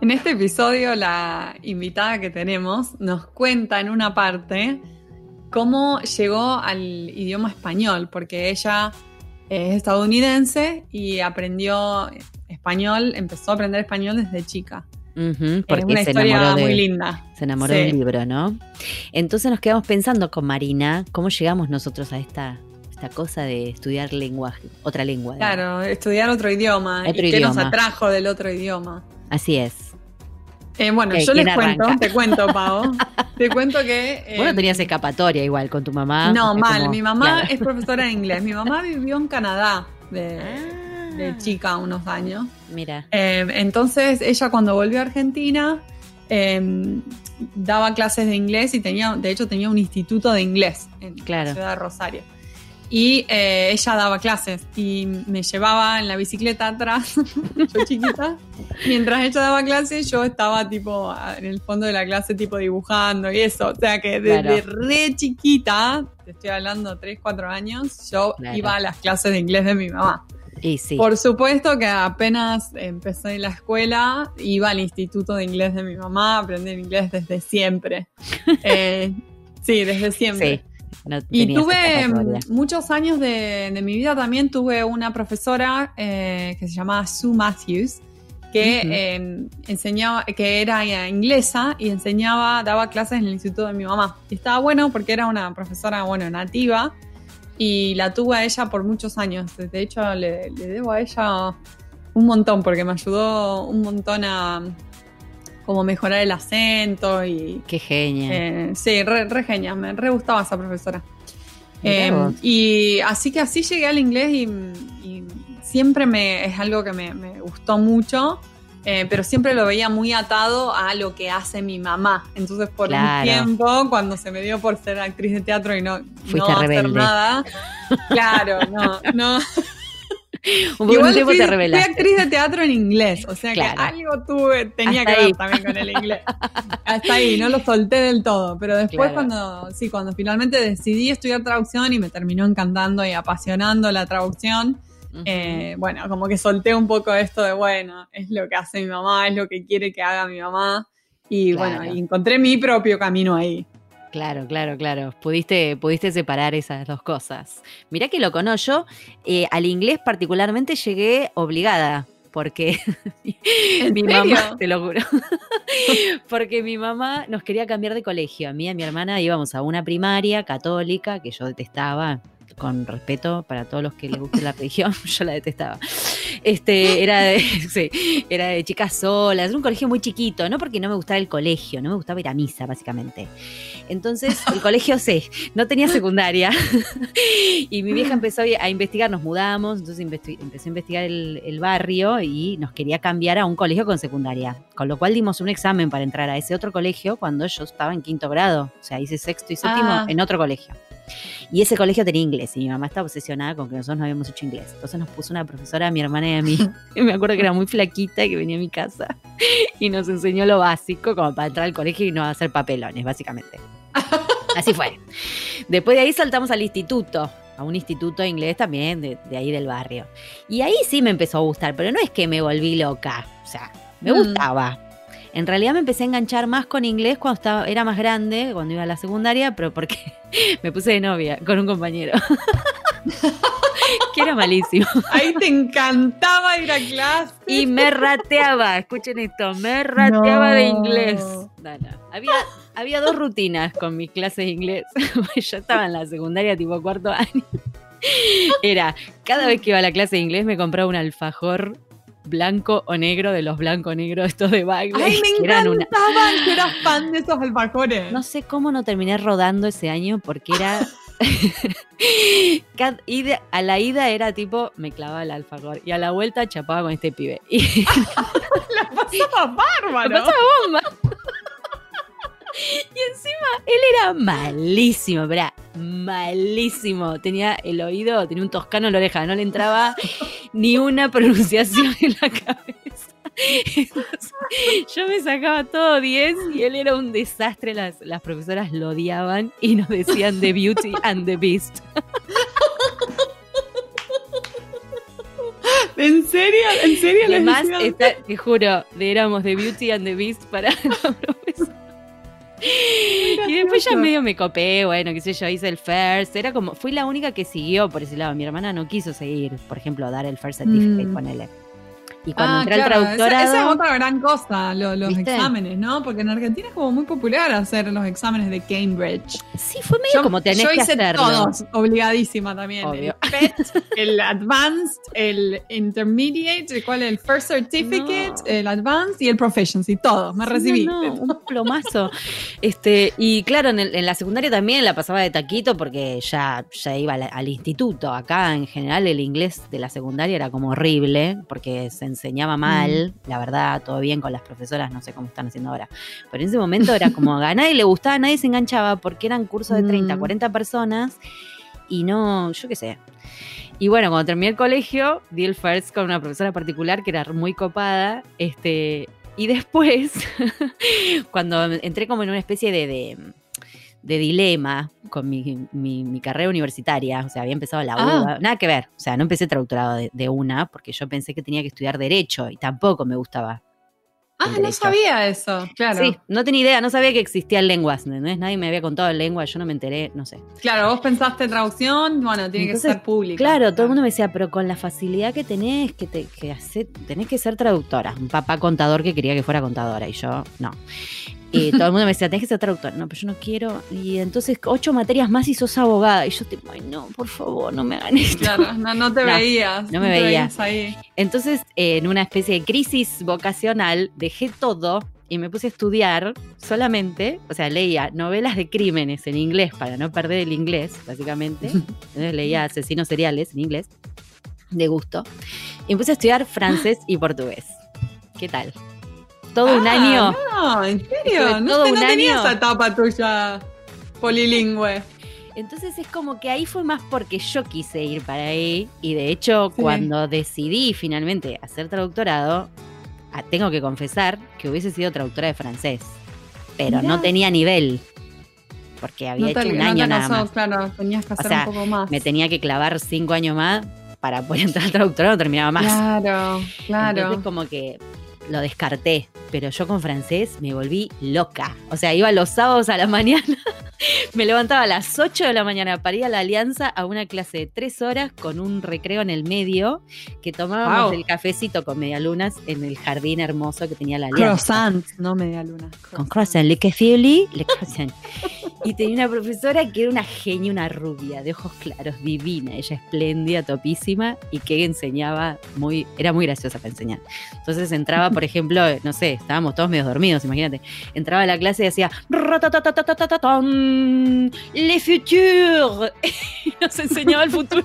En este episodio, la invitada que tenemos nos cuenta en una parte cómo llegó al idioma español, porque ella es estadounidense y aprendió español, empezó a aprender español desde chica. Porque es una historia muy linda. Se enamoró de un libro, ¿no? Entonces nos quedamos pensando con Marina, ¿cómo llegamos nosotros a esta cosa de estudiar lenguaje, otra lengua? Claro, estudiar otro idioma. ¿Qué nos atrajo del otro idioma? Así es. Bueno, yo les te cuento, Pau. Te cuento que... Vos no tenías escapatoria igual con tu mamá. No, mal. Mi mamá es profesora de inglés. Mi mamá vivió en Canadá de chica unos años. Mira. Entonces, ella cuando volvió a Argentina daba clases de inglés y de hecho tenía un instituto de inglés en la ciudad de Rosario. Y ella daba clases y me llevaba en la bicicleta atrás, yo chiquita. Mientras ella daba clases, yo estaba tipo en el fondo de la clase tipo dibujando y eso. O sea que desde re chiquita, te estoy hablando 3, 4 años, yo iba a las clases de inglés de mi mamá. Y sí. Por supuesto que apenas empecé en la escuela, iba al instituto de inglés de mi mamá, aprendí inglés desde siempre. Sí, desde siempre. Sí. No y tuve muchos años de mi vida también, tuve una profesora que se llamaba Sue Matthews, que enseñaba, que era inglesa y daba clases en el instituto de mi mamá. Y estaba bueno porque era una profesora, nativa, y la tuve a ella por muchos años. De hecho, le debo a ella un montón porque me ayudó un montón a como mejorar el acento y... ¡Qué genia! Sí, re genia, me re gustaba esa profesora. Y así llegué al inglés y siempre es algo que me gustó mucho, pero siempre lo veía muy atado a lo que hace mi mamá. Entonces por un tiempo, cuando se me dio por ser actriz de teatro y no hacer nada, no... Igual fui actriz de teatro en inglés, o sea que algo tenía que ver también con el inglés. Hasta ahí, no lo solté del todo, pero después cuando finalmente decidí estudiar traducción y me terminó encantando y apasionando la traducción, como que solté un poco esto de, es lo que hace mi mamá, es lo que quiere que haga mi mamá, y y encontré mi propio camino ahí. Claro. Pudiste separar esas dos cosas. Mirá que loco, ¿no? Yo al inglés particularmente llegué obligada, porque mi mamá, te lo juro, porque mi mamá nos quería cambiar de colegio. A mí y a mi hermana íbamos a una primaria católica que yo detestaba, con respeto para todos los que les guste la religión, yo la detestaba. Era de chicas solas, era un colegio muy chiquito, no porque no me gustaba el colegio, no me gustaba ir a misa, básicamente. Entonces, el colegio no tenía secundaria. Y mi vieja empezó a investigar, nos mudamos, entonces empezó a investigar el barrio y nos quería cambiar a un colegio con secundaria. Con lo cual dimos un examen para entrar a ese otro colegio cuando yo estaba en 5º grado. O sea, hice 6º y 7º en otro colegio. Y ese colegio tenía inglés y mi mamá estaba obsesionada con que nosotros no habíamos hecho inglés. Entonces nos puso una profesora a mi hermana y a mí. Y me acuerdo que era muy flaquita y que venía a mi casa y nos enseñó lo básico como para entrar al colegio y no hacer papelones, básicamente. Así fue. Después de ahí saltamos al instituto, a un instituto de inglés también de ahí del barrio. Y ahí sí me empezó a gustar, pero no es que me volví loca, o sea, me gustaba. En realidad me empecé a enganchar más con inglés cuando era más grande, cuando iba a la secundaria, pero porque me puse de novia con un compañero. Que era malísimo. Ahí te encantaba ir a clase. Y me rateaba, escuchen esto, de inglés. No. Había 2 rutinas con mis clases de inglés. Yo estaba en la secundaria tipo 4º año. Era, cada vez que iba a la clase de inglés me compraba un alfajor blanco o negro, de los blanco-negros estos de baile. ¡Ay, me encantaban! Yo era fan de esos alfajores. No sé cómo no terminé rodando ese año porque era... a la ida era tipo, me clavaba el alfajor y a la vuelta chapaba con este pibe. Y la pasaba bárbaro. La pasaba bomba. Y encima él era malísimo. Tenía el oído, tenía un toscano en la oreja, no le entraba ni una pronunciación en la cabeza. Entonces, yo me sacaba todo 10 y él era un desastre. Las profesoras lo odiaban y nos decían The Beauty and the Beast. ¿En serio? ¿En serio? Además, te juro, éramos de Beauty and the Beast para la profesora. Y después ya medio me copé, bueno, qué sé yo, hice el first. Era como, fui la única que siguió por ese lado. Mi hermana no quiso seguir, por ejemplo, dar el first certificate, ponele. Y cuando entré al traductorado... Esa es otra gran cosa, los ¿viste? Exámenes, ¿no? Porque en Argentina es como muy popular hacer los exámenes de Cambridge. Sí, fue medio como tenés que hacerlo. Yo hice todos, obligadísima también. Obvio. El PET, el Advanced, el Intermediate, el First Certificate, el Advanced y el Proficiency, todos, me recibí. Un plomazo. Y claro, en la secundaria también la pasaba de taquito porque ya iba al instituto. Acá en general el inglés de la secundaria era como horrible porque se enseñaba mal, la verdad, todo bien con las profesoras, no sé cómo están haciendo ahora, pero en ese momento era como a nadie le gustaba, nadie se enganchaba porque eran cursos de 30, 40 personas y no, yo qué sé. Y bueno, cuando terminé el colegio, di el first con una profesora particular que era muy copada, y después, cuando entré como en una especie de dilema con mi carrera universitaria, o sea, había empezado la UBA, nada que ver, o sea, no empecé traductorado de una, porque yo pensé que tenía que estudiar Derecho, y tampoco me gustaba. No sabía eso, claro. Sí, no tenía idea, no sabía que existían lenguas, ¿entendés? Nadie me había contado lengua, yo no me enteré, no sé. Claro, vos pensaste traducción, bueno, tiene que ser pública. Claro, todo el mundo me decía, pero con la facilidad que tenés, tenés que ser traductora. Un papá contador que quería que fuera contadora, y yo, no. Y todo el mundo me decía, tenés que ser traductora. No, pero yo no quiero. Y entonces 8 materias más y sos abogada. Y yo tipo, ay, no, por favor, no me hagan esto. Claro, no te veías. No me veía. Ahí. Entonces, en una especie de crisis vocacional, dejé todo y me puse a estudiar solamente, o sea, leía novelas de crímenes en inglés para no perder el inglés, básicamente. Entonces leía asesinos seriales en inglés, de gusto. Y me puse a estudiar francés y portugués. ¿Qué tal? Todo un año. No, ¿en serio? No tenía esa etapa tuya polilingüe. Entonces es como que ahí fue más porque yo quise ir para ahí. Y de hecho, cuando decidí finalmente hacer traductorado, tengo que confesar que hubiese sido traductora de francés. Pero no tenía nivel. Porque había hecho un año nada más. Claro, tenías que hacer un poco más. Me tenía que clavar 5 años más para poder entrar al traductorado, terminaba más. Claro. Entonces como que lo descarté, pero yo con francés me volví loca. O sea, iba los sábados a la mañana, me levantaba a las 8 de la mañana para ir a la Alianza a una clase de 3 horas con un recreo en el medio, que tomábamos el cafecito con medialunas en el jardín hermoso que tenía la Alianza. Croissant, no medialunas. Con croissant, le café le croissant. Y tenía una profesora que era una genia, una rubia, de ojos claros, divina, ella espléndida, topísima, y que enseñaba era muy graciosa para enseñar. Entonces entraba, por ejemplo, no sé, estábamos todos medio dormidos, imagínate, entraba a la clase y hacía le futur, y nos enseñaba el futuro.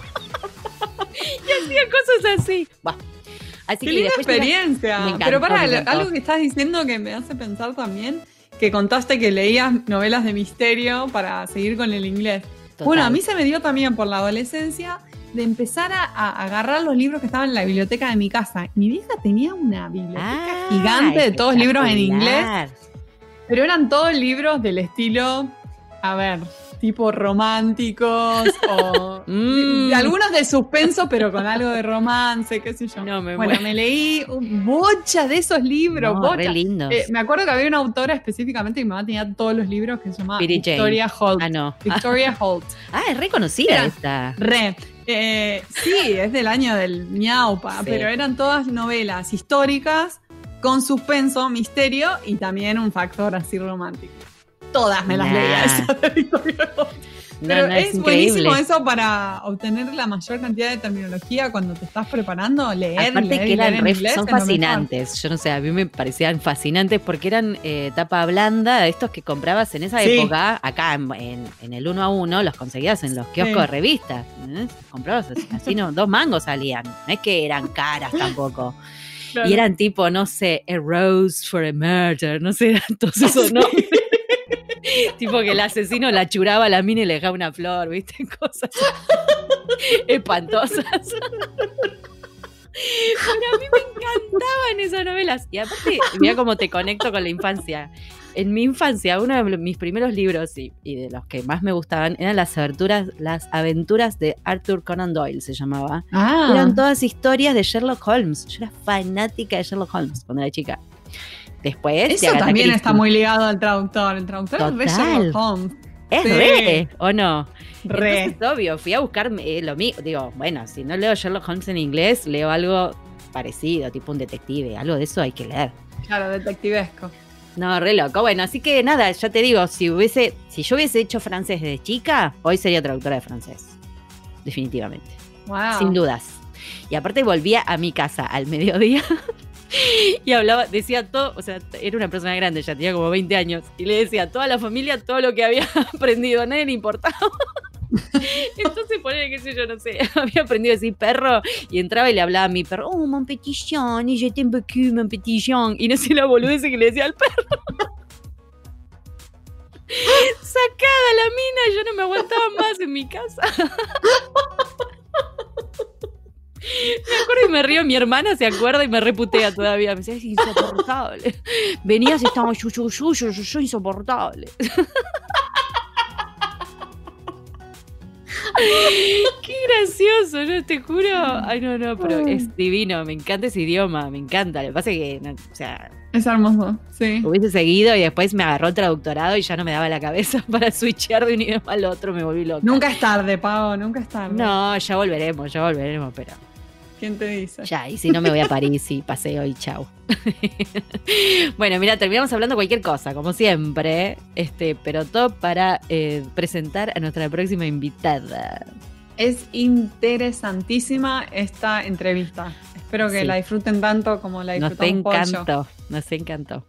Y hacía cosas así. Bah. Así qué que linda experiencia. Me encantó, pero algo que estás diciendo que me hace pensar también, que contaste que leías novelas de misterio para seguir con el inglés. Total. Bueno, a mí se me dio también por la adolescencia de empezar a agarrar los libros que estaban en la biblioteca de mi casa. Mi vieja tenía una biblioteca gigante de todos libros en inglés, pero eran todos libros del estilo, a ver, tipo románticos o algunos de suspenso, pero con algo de romance, qué sé yo. Me leí bocha de esos libros, bocha. Re lindos. Me acuerdo que había una autora específicamente que mi mamá tenía todos los libros que se llamaba Victoria Holt. Victoria Holt. Es reconocida esta. Sí, es del año del Ñaupa, pero eran todas novelas históricas con suspenso, misterio y también un factor así romántico. Todas me las leía esas de Victoria Holt. Pero es buenísimo eso para obtener la mayor cantidad de terminología cuando te estás preparando, leer. Aparte leer, que eran leer en inglés, son fascinantes. Yo no sé, a mí me parecían fascinantes porque eran tapa blanda, estos que comprabas en esa época, acá en el 1 a 1, los conseguías en los kioscos de revistas. Comprabas así, no, 2 mangos salían. No es que eran caras tampoco. Claro. Y eran tipo, no sé, A Rose for a Murder, no sé, eran todos esos nombres. Tipo que el asesino la churaba a la mina y le dejaba una flor, ¿viste? Cosas espantosas. Pero a mí me encantaban esas novelas. Y aparte, mira cómo te conecto con la infancia. En mi infancia, uno de mis primeros libros y de los que más me gustaban eran las aventuras de Arthur Conan Doyle, se llamaba. Eran todas historias de Sherlock Holmes. Yo era fanática de Sherlock Holmes cuando era chica. Después, eso también está muy ligado al traductor. El traductor es re Sherlock Holmes. Es re, ¿o no? Re. Entonces, obvio, fui a buscar lo mismo. Digo, bueno, si no leo Sherlock Holmes en inglés, leo algo parecido, tipo un detective. Algo de eso hay que leer. Claro, detectivesco. No, re loco. Bueno, así que nada, ya te digo, si yo hubiese hecho francés desde chica, hoy sería traductora de francés. Definitivamente. Wow. Sin dudas. Y aparte volvía a mi casa al mediodía y hablaba, decía todo, o sea, era una persona grande, ya tenía como 20 años, y le decía a toda la familia todo lo que había aprendido, a nadie le importaba. Entonces ponele, qué sé yo, no sé, había aprendido a decir perro y entraba y le hablaba a mi perro, oh, mon petit chien, y je t'aime beaucoup, mon petit chien, y no sé la boludez que le decía al perro. Sacada la mina, yo no me aguantaba más en mi casa. Me acuerdo y me río, mi hermana se acuerda y me reputea todavía. Me decía, es insoportable. Venías y estábamos yo insoportable. Qué gracioso, yo te juro. Ay, no, pero es divino, me encanta ese idioma, me encanta. Lo que pasa es que, no, o sea, es hermoso, sí. Hubiese seguido y después me agarró el traductorado y ya no me daba la cabeza para switchear de un idioma al otro, me volví loca. Nunca es tarde, Pau, nunca es tarde. No, ya volveremos, pero... ¿Quién te dice? Ya, y si no me voy a París y paseo y chau. Bueno, mira, terminamos hablando cualquier cosa, como siempre, pero todo para presentar a nuestra próxima invitada. Es interesantísima esta entrevista. Espero que la disfruten tanto como la disfrutamos Pollo. Nos encantó.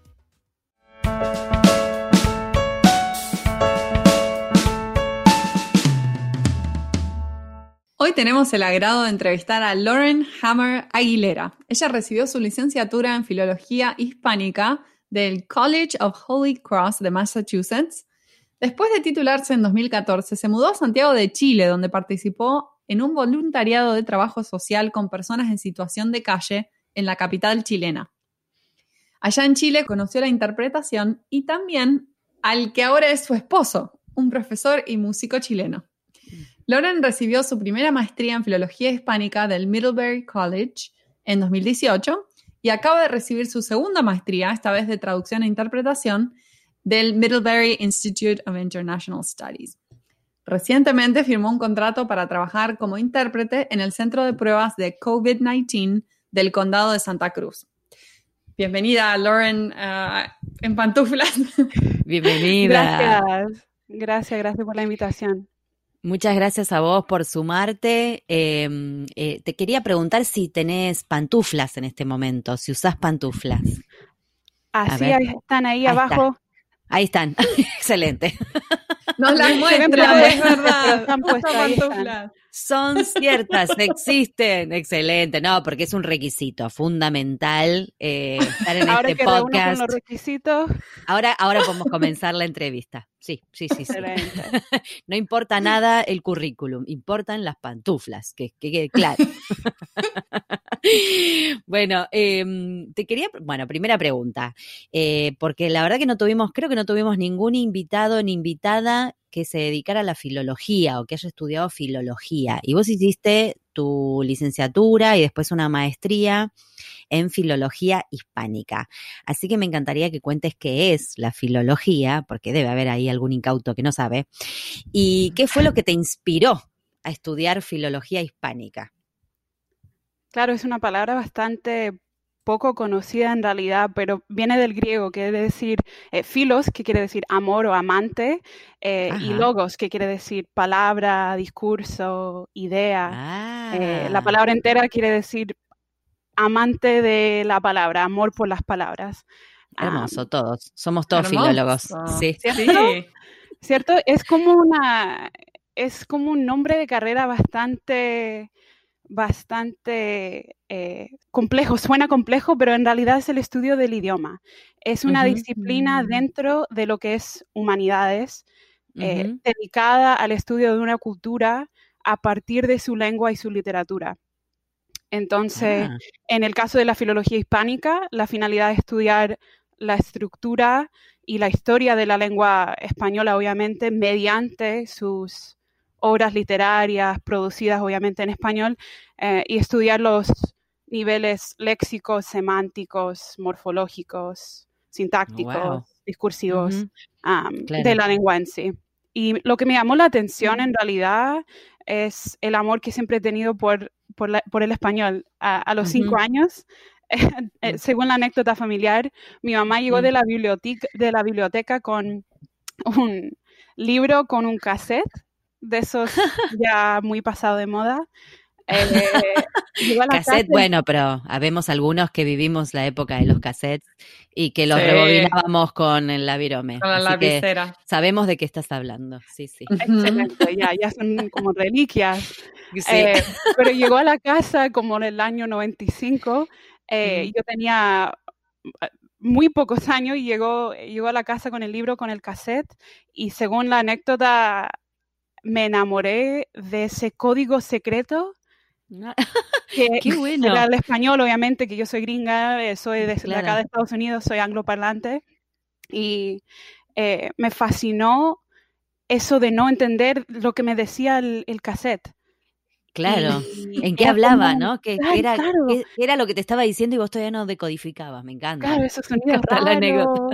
Hoy tenemos el agrado de entrevistar a Lauren Hammer Aguilera. Ella recibió su licenciatura en Filología Hispánica del College of Holy Cross de Massachusetts. Después de titularse en 2014, se mudó a Santiago de Chile, donde participó en un voluntariado de trabajo social con personas en situación de calle en la capital chilena. Allá en Chile conoció la interpretación y también al que ahora es su esposo, un profesor y músico chileno. Lauren recibió su primera maestría en Filología Hispánica del Middlebury College en 2018 y acaba de recibir su segunda maestría, esta vez de Traducción e Interpretación, del Middlebury Institute of International Studies. Recientemente firmó un contrato para trabajar como intérprete en el Centro de Pruebas de COVID-19 del Condado de Santa Cruz. Bienvenida, Lauren, en pantuflas. Bienvenida. Gracias por la invitación. Muchas gracias a vos por sumarte. Te quería preguntar si tenés pantuflas en este momento, si usás pantuflas. Así están ahí abajo. Está. Ahí están, excelente. Nos las muestran, es verdad. Están puestas pantuflas. Son ciertas, existen, excelente. No, porque es un requisito fundamental estar en ahora este que podcast. Con los requisitos. Ahora podemos comenzar la entrevista. Sí. Excelente. No importa nada el currículum, importan las pantuflas, que quede claro. Bueno, primera pregunta, porque la verdad que creo que no tuvimos ningún invitado ni invitada que se dedicara a la filología o que haya estudiado filología. Y vos hiciste tu licenciatura y después una maestría en Filología Hispánica. Así que me encantaría que cuentes qué es la filología, porque debe haber ahí algún incauto que no sabe. ¿Y qué fue lo que te inspiró a estudiar Filología Hispánica? Claro, es una palabra bastante poco conocida en realidad, pero viene del griego, que quiere decir filos, que quiere decir amor o amante, y logos, que quiere decir palabra, discurso, idea. La palabra entera quiere decir amante de la palabra, amor por las palabras. Hermoso, todos. Somos todos filólogos. Sí. ¿Cierto? Es como un nombre de carrera bastante complejo, suena complejo, pero en realidad es el estudio del idioma. Es una disciplina dentro de lo que es humanidades, dedicada al estudio de una cultura a partir de su lengua y su literatura. Entonces, en el caso de la filología hispánica, la finalidad es estudiar la estructura y la historia de la lengua española, obviamente, mediante sus obras literarias producidas, obviamente, en español, y estudiar los niveles léxicos, semánticos, morfológicos, sintácticos, discursivos de la lengua en sí. Y lo que me llamó la atención, en realidad, es el amor que siempre he tenido por el español. A los 5 años, según la anécdota familiar, mi mamá llegó de la biblioteca con un libro con un cassette, de esos ya muy pasado de moda. Cassette, bueno, pero habemos algunos que vivimos la época de los cassettes y que los rebobinábamos con la virome. Con la lapicera. Sabemos de qué estás hablando, sí. Excelente, ya son como reliquias. Sí. Pero llegó a la casa como en el año 95, yo tenía muy pocos años y llegó a la casa con el libro, con el cassette, y según la anécdota me enamoré de ese código secreto. Qué bueno. Era el español, obviamente, que yo soy gringa, soy de acá de Estados Unidos, soy angloparlante, y me fascinó eso de no entender lo que me decía el cassette. Claro, ¿en qué hablaba, no? ¿Qué era lo que te estaba diciendo y vos todavía no decodificabas? Me encanta. Claro, esos sonidos raros.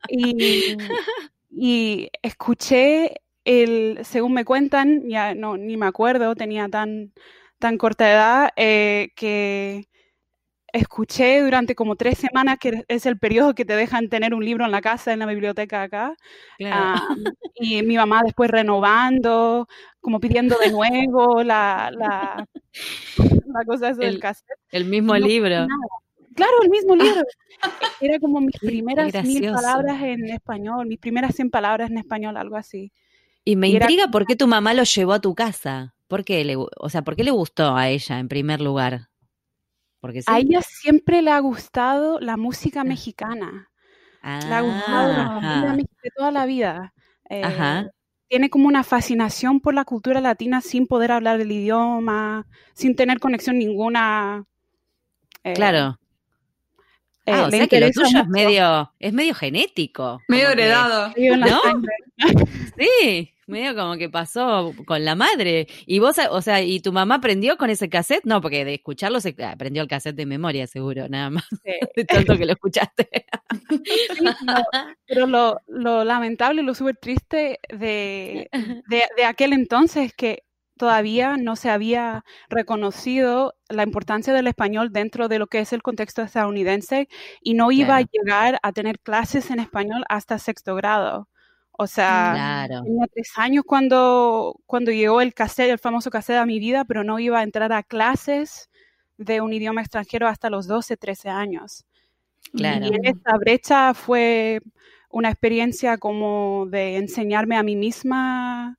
Y escuché según me cuentan, ya no ni me acuerdo, tenía tan corta edad, que escuché durante como 3 semanas, que es el periodo que te dejan tener un libro en la casa, en la biblioteca acá. Claro. Y mi mamá después renovando, como pidiendo de nuevo la cosa eso del cassette. El mismo libro. Claro, el mismo libro. Era como mis primeras 1000 palabras en español, mis primeras 100 palabras en español, algo así. Y me intriga por qué tu mamá lo llevó a tu casa. ¿Por qué le gustó a ella en primer lugar? Porque sí. A ella siempre le ha gustado la música mexicana. Le ha gustado la música de toda la vida. Tiene como una fascinación por la cultura latina sin poder hablar el idioma, sin tener conexión ninguna. Claro. O sea que lo tuyo es medio genético. Medio heredado. ¿No? Sí, medio como que pasó con la madre. Y vos, o sea, ¿y tu mamá aprendió con ese cassette? No, porque de escucharlo aprendió el cassette de memoria, seguro, nada más. Sí. De tanto que lo escuchaste. Sí, pero lo lamentable y lo súper triste de aquel entonces es que todavía no se había reconocido la importancia del español dentro de lo que es el contexto estadounidense y no iba a llegar a tener clases en español hasta 6º grado. O sea, tenía 3 años cuando llegó el cassette, el famoso cassette a mi vida, pero no iba a entrar a clases de un idioma extranjero hasta los 12, 13 años. Claro. Y en esa brecha fue una experiencia como de enseñarme a mí misma,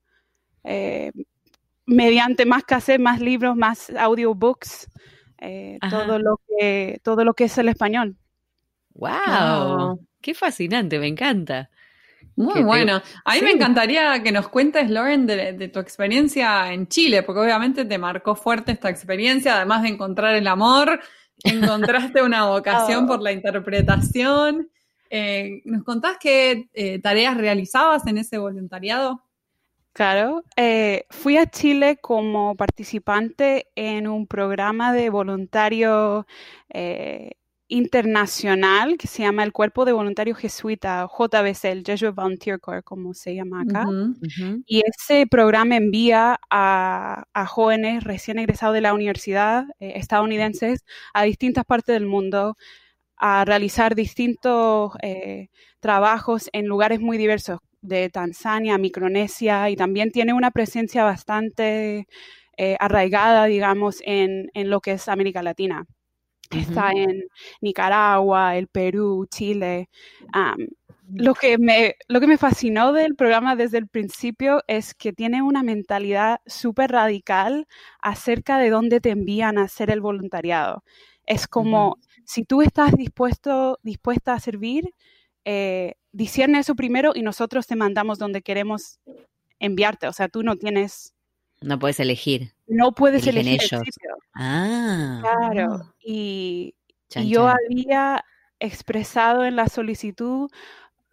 mediante más cassette, más libros, más audiobooks, todo lo que es el español. ¡Wow! ¡Qué fascinante! Me encanta. Muy bueno. A mí me encantaría que nos cuentes, Lauren, de tu experiencia en Chile, porque obviamente te marcó fuerte esta experiencia, además de encontrar el amor, encontraste una vocación por la interpretación. ¿Nos contás qué tareas realizabas en ese voluntariado? Claro, fui a Chile como participante en un programa de voluntario internacional que se llama el Cuerpo de Voluntarios Jesuita, JVC, el Jesuit Volunteer Corps, como se llama acá. Y ese programa envía a jóvenes recién egresados de la universidad estadounidenses a distintas partes del mundo a realizar distintos trabajos en lugares muy diversos, de Tanzania, Micronesia, y también tiene una presencia bastante arraigada, digamos, en lo que es América Latina. Está en Nicaragua, el Perú, Chile. Lo que me fascinó del programa desde el principio es que tiene una mentalidad súper radical acerca de dónde te envían a hacer el voluntariado. Es como, si tú estás dispuesta a servir, discierne eso primero y nosotros te mandamos donde queremos enviarte. O sea, tú no tienes... No puedes elegir. No puedes elegir ellos. El sitio. Claro. Y yo había expresado en la solicitud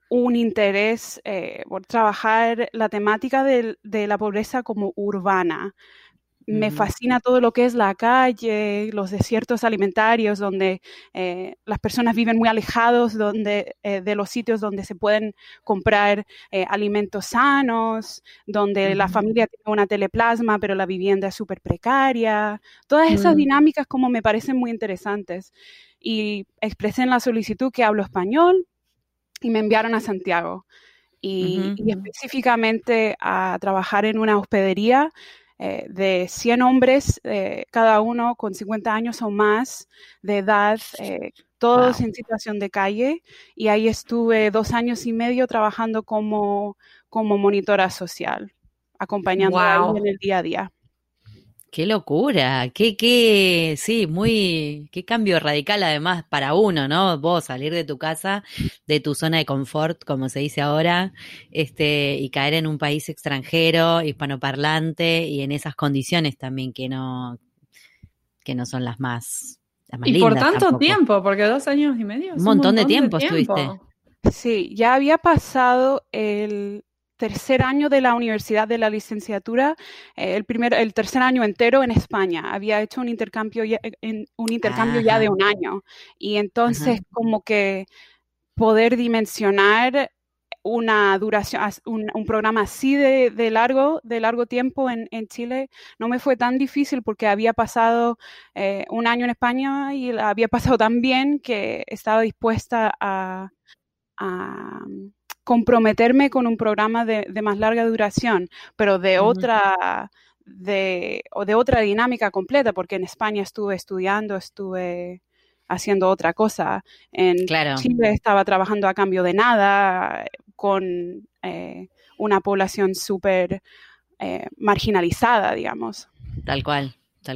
un interés por trabajar la temática de la pobreza como urbana. Me fascina todo lo que es la calle, los desiertos alimentarios, donde las personas viven muy alejados de los sitios donde se pueden comprar alimentos sanos, donde la familia tiene una teleplasma, pero la vivienda es súper precaria. Todas esas dinámicas como me parecen muy interesantes. Y expresé en la solicitud que hablo español y me enviaron a Santiago. Y específicamente a trabajar en una hospedería de 100 hombres, cada uno con 50 años o más de edad, todos en situación de calle, y ahí estuve 2 años y medio trabajando como monitora social, acompañando a ellos en el día a día. ¡Qué locura! Qué cambio radical además para uno, ¿no? Vos salir de tu casa, de tu zona de confort, como se dice ahora, y caer en un país extranjero, hispanoparlante, y en esas condiciones también que no son las más y lindas. Y por tanto tampoco. Tiempo, porque 2 años y medio. Un montón de tiempo estuviste. Sí, ya había pasado el tercer año de la universidad de la licenciatura, el tercer año entero en España. Había hecho un intercambio ya de un año. Y entonces como que poder dimensionar una duración, un programa así de largo tiempo en Chile, no me fue tan difícil porque había pasado un año en España y había pasado tan bien que estaba dispuesta a comprometerme con un programa de más larga duración, pero de otra dinámica completa, porque en España estuve estudiando, estuve haciendo otra cosa. En Chile estaba trabajando a cambio de nada, con una población súper marginalizada, digamos. Tal cual.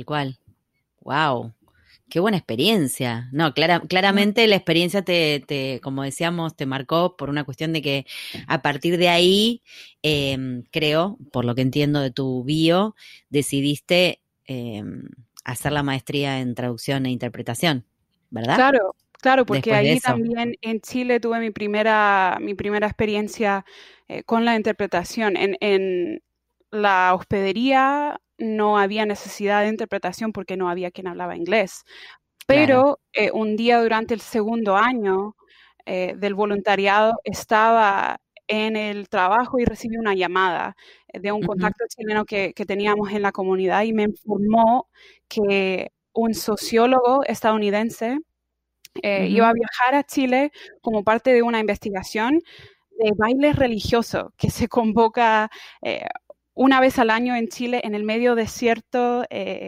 ¡Wow! ¡Qué buena experiencia! No, claramente la experiencia como decíamos, te marcó por una cuestión de que a partir de ahí, creo, por lo que entiendo de tu bio, decidiste hacer la maestría en traducción e interpretación, ¿verdad? Claro, porque ahí también en Chile tuve mi primera experiencia con la interpretación. En la hospedería no había necesidad de interpretación porque no había quien hablaba inglés. Pero un día durante el segundo año del voluntariado estaba en el trabajo y recibí una llamada de un contacto chileno que teníamos en la comunidad y me informó que un sociólogo estadounidense iba a viajar a Chile como parte de una investigación de baile religioso que se convoca una vez al año en Chile, en el medio desierto,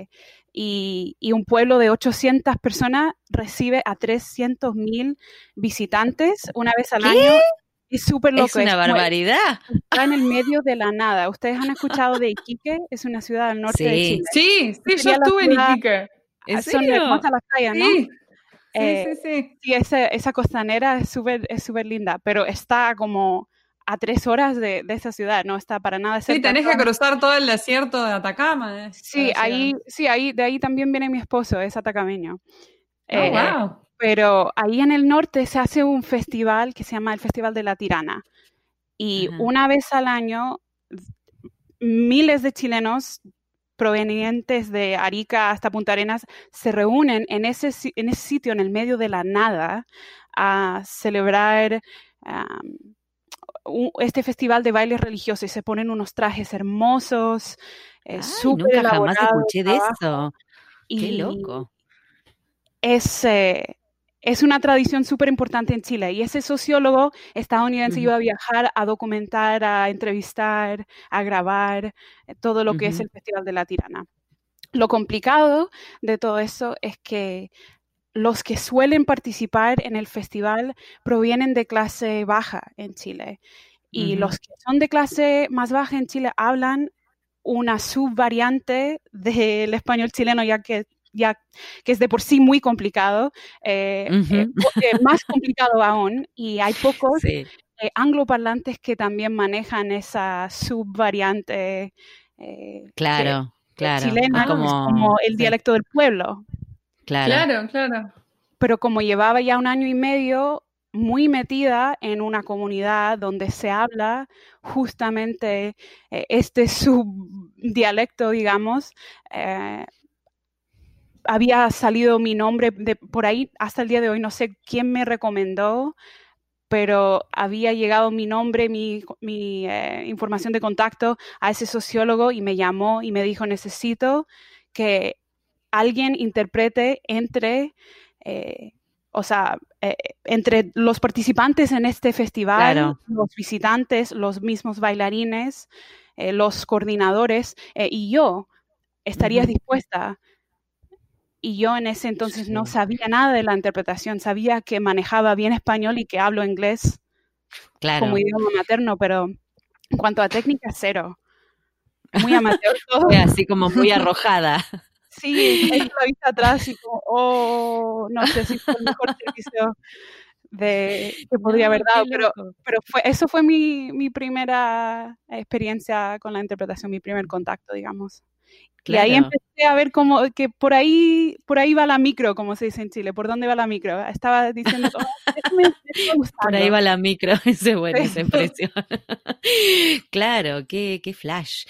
y un pueblo de 800 personas recibe a 300.000 visitantes una vez al año. Es súper loco. Es una barbaridad. Está en el medio de la nada. ¿Ustedes han escuchado de Iquique? Es una ciudad al norte de Chile. Sí, yo estuve en Iquique. Son hermosas las playas, ¿no? Sí. Sí, esa costanera es súper linda, pero está como a 3 horas de esa ciudad, no está para nada cerca. Sí, tenés que cruzar todo el desierto de Atacama. De ahí también viene mi esposo, es atacameño. Wow. Pero ahí en el norte se hace un festival que se llama el Festival de la Tirana. Y una vez al año, miles de chilenos provenientes de Arica hasta Punta Arenas se reúnen en ese sitio, en el medio de la nada, a celebrar este festival de bailes religiosos, y se ponen unos trajes hermosos, súper elaborados. Nunca jamás escuché de eso. ¡Qué loco! Es una tradición súper importante en Chile, y ese sociólogo estadounidense iba a viajar a documentar, a entrevistar, a grabar todo lo que es el Festival de la Tirana. Lo complicado de todo eso es que los que suelen participar en el festival provienen de clase baja en Chile, y los que son de clase más baja en Chile hablan una subvariante del español chileno, ya que es de por sí muy complicado, más complicado aún, y hay pocos angloparlantes que también manejan esa subvariante chilena, como el dialecto del pueblo. Claro. Pero como llevaba ya un año y medio, muy metida en una comunidad donde se habla justamente este subdialecto, digamos. Había salido mi nombre por ahí hasta el día de hoy, no sé quién me recomendó, pero había llegado mi nombre, mi información de contacto a ese sociólogo y me llamó y me dijo, necesito que alguien interprete entre los participantes en este festival, Claro. los visitantes, los mismos bailarines, los coordinadores, y yo, ¿estarías dispuesta? Y yo en ese entonces no sabía nada de la interpretación, sabía que manejaba bien español y que hablo inglés como idioma materno, pero en cuanto a técnica, cero. Muy amateur todo. Fue así como muy arrojada. Sí, he hecho la vista atrás y como, no sé si fue el mejor servicio que podría haber dado, pero eso fue mi primera experiencia con la interpretación, mi primer contacto, digamos. Claro. Y ahí empecé a ver como que por ahí va la micro, como se dice en Chile. ¿Por dónde va la micro? Estaba diciendo, me está gustando. Por ahí va la micro, esa es buena esa impresión. Claro, qué flash.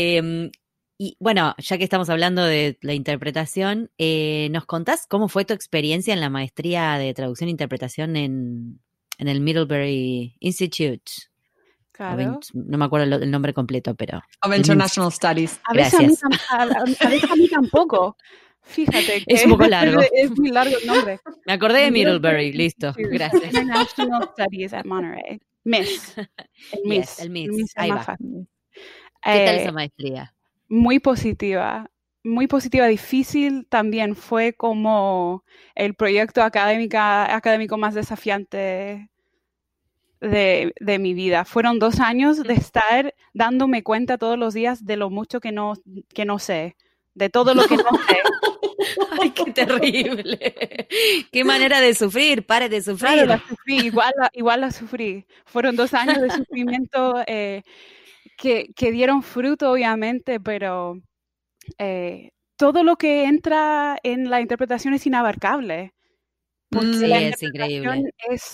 Y bueno, ya que estamos hablando de la interpretación, ¿nos contás cómo fue tu experiencia en la maestría de traducción e interpretación en el Middlebury Institute? Claro. No me acuerdo el nombre completo, pero... Of International Studies. A veces a mí tampoco. Fíjate que es un poco largo. Es muy largo el nombre. Me acordé de Middlebury, listo, gracias. International Studies at Monterey. Miss. El Miss. Ahí va. ¿Qué tal esa maestría? Muy positiva, difícil también. Fue como el proyecto académico más desafiante de mi vida. Fueron 2 años de estar dándome cuenta todos los días de lo mucho que no sé, de todo lo que no sé. ¡Ay, qué terrible! ¡Qué manera de sufrir! ¡Pare de sufrir! Claro, la sufrí, igual la sufrí. Fueron 2 años de sufrimiento que dieron fruto, obviamente, pero todo lo que entra en la interpretación es inabarcable. Porque sí, la es increíble.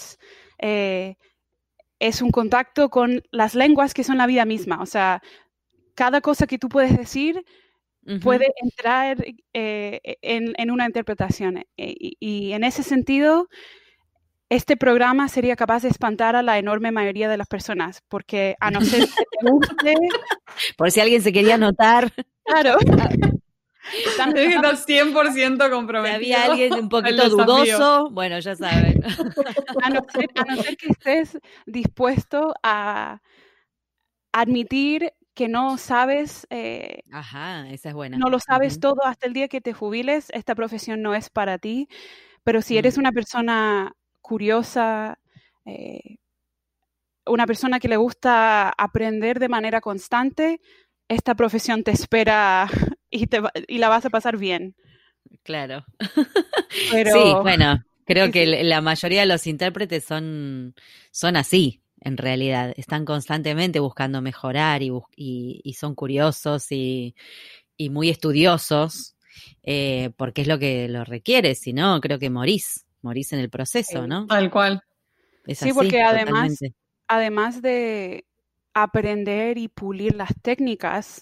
Es un contacto con las lenguas que son la vida misma. O sea, cada cosa que tú puedes decir puede entrar en una interpretación. Y en ese sentido, este programa sería capaz de espantar a la enorme mayoría de las personas, porque a no ser que te guste... Por si alguien se quería anotar. Claro. Estás 100% comprometido. Si había alguien un poquito dudoso, bueno, ya saben. A no ser que estés dispuesto a admitir que no sabes... Ajá, esa es buena. No lo sabes todo hasta el día que te jubiles. Esta profesión no es para ti. Pero si eres una persona curiosa, una persona que le gusta aprender de manera constante, esta profesión te espera y la vas a pasar bien. Claro. Pero, sí, bueno, creo que la mayoría de los intérpretes son así, en realidad. Están constantemente buscando mejorar y son curiosos y muy estudiosos, porque es lo que lo requiere. Si no, creo que morís en el proceso, ¿no? Tal cual. Es sí, así, porque totalmente. además de aprender y pulir las técnicas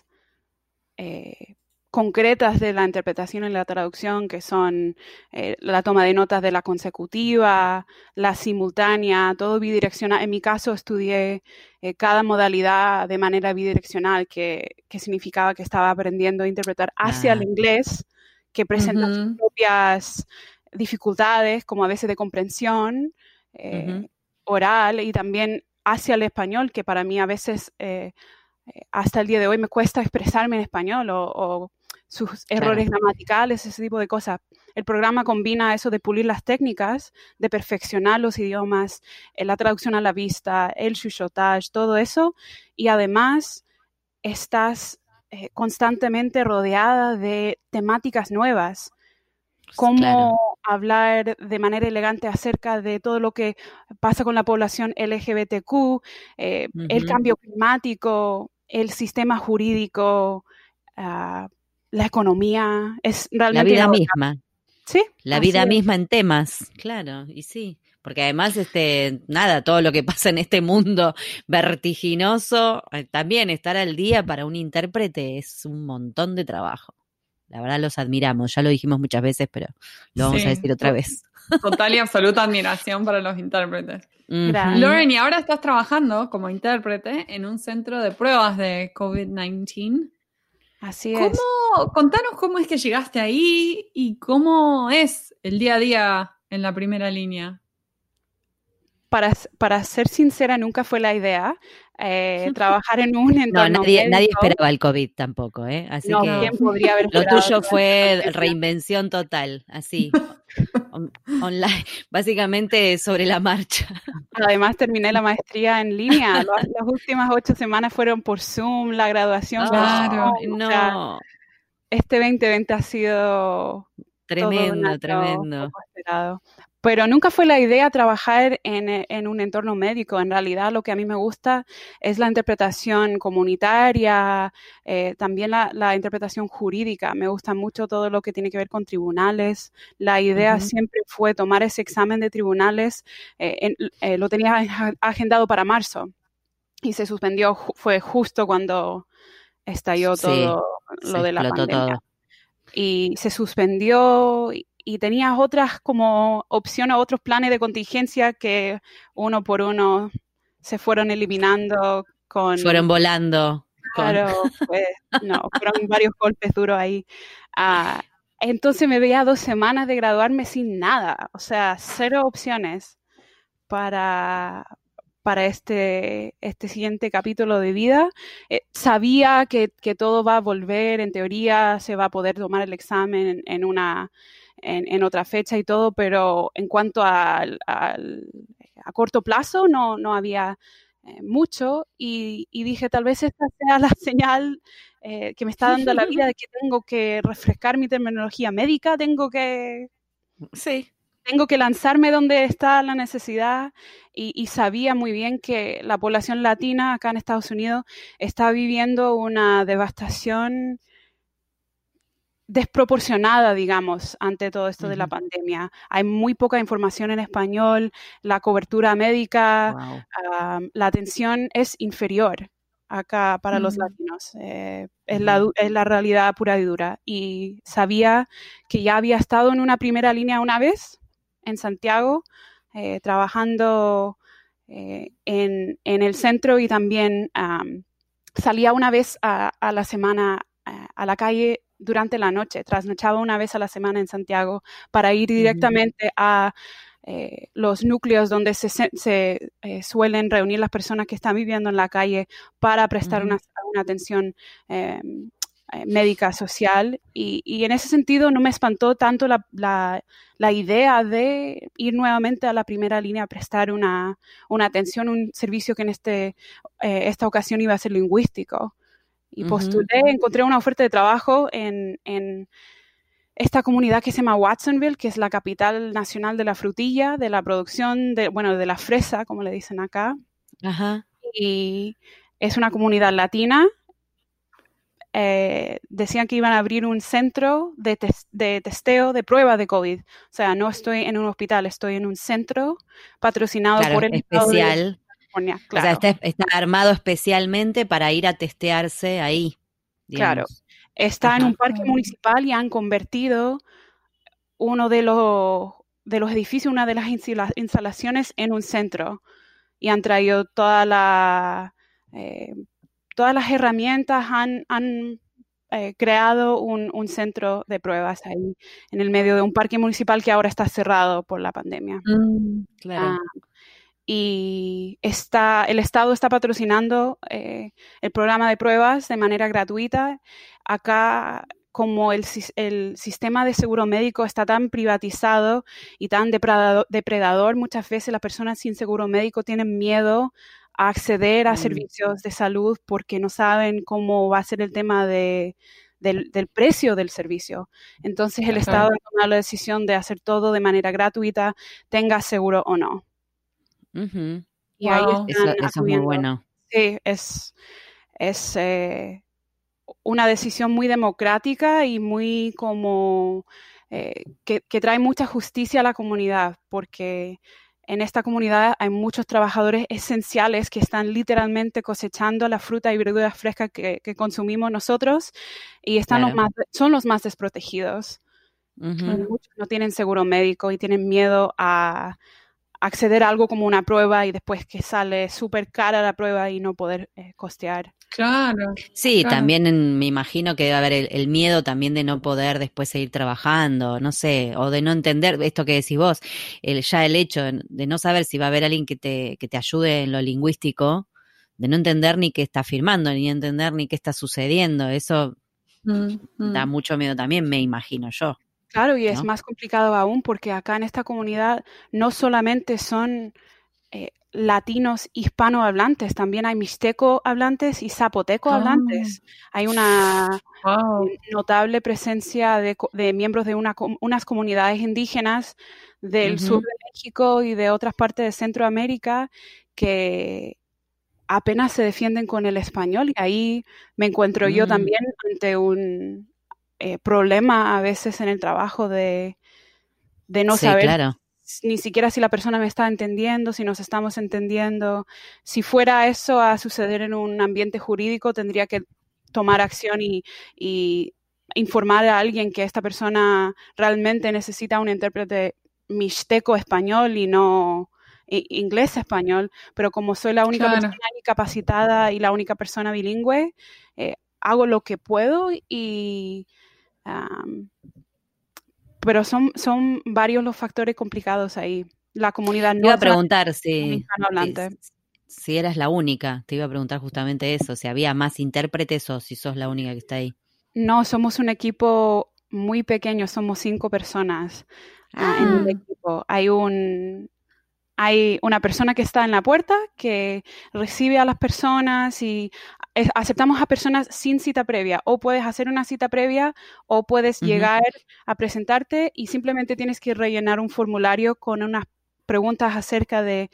concretas de la interpretación y la traducción, que son la toma de notas de la consecutiva, la simultánea, todo bidireccional. En mi caso estudié cada modalidad de manera bidireccional, que significaba que estaba aprendiendo a interpretar hacia el inglés, que presenta sus propias dificultades, como a veces de comprensión oral, y también hacia el español, que para mí a veces... hasta el día de hoy me cuesta expresarme en español o sus errores gramaticales, ese tipo de cosas. El programa combina eso de pulir las técnicas, de perfeccionar los idiomas, la traducción a la vista, el chuchotage, todo eso, y además estás constantemente rodeada de temáticas nuevas. Cómo hablar de manera elegante acerca de todo lo que pasa con la población LGBTQ, el cambio climático, el sistema jurídico, la economía, es realmente... La vida misma. Sí. La vida misma en temas, claro, y sí. Porque además, todo lo que pasa en este mundo vertiginoso, también estar al día para un intérprete es un montón de trabajo. La verdad los admiramos, ya lo dijimos muchas veces, pero lo vamos a decir otra vez. Total y absoluta admiración para los intérpretes. Gracias. Lauren, y ahora estás trabajando como intérprete en un centro de pruebas de COVID-19. Así es. Contanos cómo es que llegaste ahí y cómo es el día a día en la primera línea. Para ser sincera, nunca fue la idea trabajar en un entorno médico. Nadie esperaba el COVID tampoco, Así que ¿quién podría haber lo tuyo fue reinvención total, así, online, básicamente sobre la marcha. Además terminé la maestría en línea. Las últimas 8 semanas fueron por Zoom, la graduación por Zoom. No. O sea, este 2020 ha sido tremendo. Pero nunca fue la idea trabajar en un entorno médico. En realidad lo que a mí me gusta es la interpretación comunitaria, también la interpretación jurídica. Me gusta mucho todo lo que tiene que ver con tribunales. La idea siempre fue tomar ese examen de tribunales. Lo tenía agendado para marzo y se suspendió. Fue justo cuando estalló todo lo de la pandemia. Todo. Y se suspendió y tenías otras como opciones, otros planes de contingencia que uno por uno se fueron eliminando. Fueron volando. Claro, fueron varios golpes duros ahí. Entonces me veía 2 semanas de graduarme sin nada, o sea, 0 opciones para este siguiente capítulo de vida. Sabía que todo va a volver, en teoría se va a poder tomar el examen en otra fecha y todo, pero en cuanto a corto plazo no había mucho y dije, tal vez esta sea la señal que me está dando la vida de que tengo que refrescar mi terminología médica, tengo que lanzarme donde está la necesidad y sabía muy bien que la población latina acá en Estados Unidos está viviendo una devastación desproporcionada, digamos, ante todo esto de la pandemia. Hay muy poca información en español, la cobertura médica, la atención es inferior acá para los latinos. Es la realidad pura y dura. Y sabía que ya había estado en una primera línea una vez, en Santiago, trabajando en el centro y también salía una vez a la semana a la calle durante la noche, trasnochaba una vez a la semana en Santiago para ir directamente a los núcleos donde se suelen reunir las personas que están viviendo en la calle para prestar una atención médica, social, y en ese sentido no me espantó tanto la idea de ir nuevamente a la primera línea a prestar una atención, un servicio que en esta ocasión iba a ser lingüístico. Y postulé, encontré una oferta de trabajo en esta comunidad que se llama Watsonville, que es la capital nacional de la frutilla, de la producción, de la fresa, como le dicen acá. Y es una comunidad latina. Decían que iban a abrir un centro de testeo de pruebas de COVID. O sea, no estoy en un hospital, estoy en un centro patrocinado por el especial. California, claro. O sea, está armado especialmente para ir a testearse ahí. Digamos. Claro. Está en un parque municipal y han convertido uno de los edificios, una de las instalaciones en un centro. Y han traído todas las herramientas, han creado un centro de pruebas ahí en el medio de un parque municipal que ahora está cerrado por la pandemia. Claro. Y el Estado está patrocinando el programa de pruebas de manera gratuita. Acá, como el sistema de seguro médico está tan privatizado y tan depredador, muchas veces las personas sin seguro médico tienen miedo a acceder a servicios de salud porque no saben cómo va a ser el tema del precio del servicio. Entonces el Estado ha tomado la decisión de hacer todo de manera gratuita, tenga seguro o no. Y ahí eso es muy bueno. Sí, es una decisión muy democrática y muy como que trae mucha justicia a la comunidad, porque en esta comunidad hay muchos trabajadores esenciales que están literalmente cosechando la fruta y verduras frescas que consumimos nosotros y son los más desprotegidos. Muchos no tienen seguro médico y tienen miedo a acceder a algo como una prueba y después que sale súper cara la prueba y no poder costear. Claro. Sí, claro. También me imagino que debe haber el miedo también de no poder después seguir trabajando, no sé, o de no entender esto que decís vos, el hecho de no saber si va a haber alguien que te ayude en lo lingüístico, de no entender ni qué está firmando, ni entender ni qué está sucediendo, eso da mucho miedo también, me imagino yo. Claro, y es más complicado aún porque acá en esta comunidad no solamente son latinos hispanohablantes, también hay mixteco hablantes y zapoteco hablantes. Hay una notable presencia de miembros de unas comunidades indígenas del sur de México y de otras partes de Centroamérica que apenas se defienden con el español. Y ahí me encuentro yo también ante un problema a veces en el trabajo de no saber ni siquiera si la persona me está entendiendo, si nos estamos entendiendo. Si fuera eso a suceder en un ambiente jurídico, tendría que tomar acción y informar a alguien que esta persona realmente necesita un intérprete mixteco español y no inglés español, pero como soy la única persona capacitada y la única persona bilingüe, hago lo que puedo y pero son varios los factores complicados ahí. La comunidad no te iba a preguntar si eras la única, te iba a preguntar justamente eso, si había más intérpretes o si sos la única que está ahí. No, somos un equipo muy pequeño, somos 5 personas en el equipo. Hay una persona que está en la puerta que recibe a las personas y aceptamos a personas sin cita previa. O puedes hacer una cita previa o puedes llegar a presentarte y simplemente tienes que rellenar un formulario con unas preguntas acerca de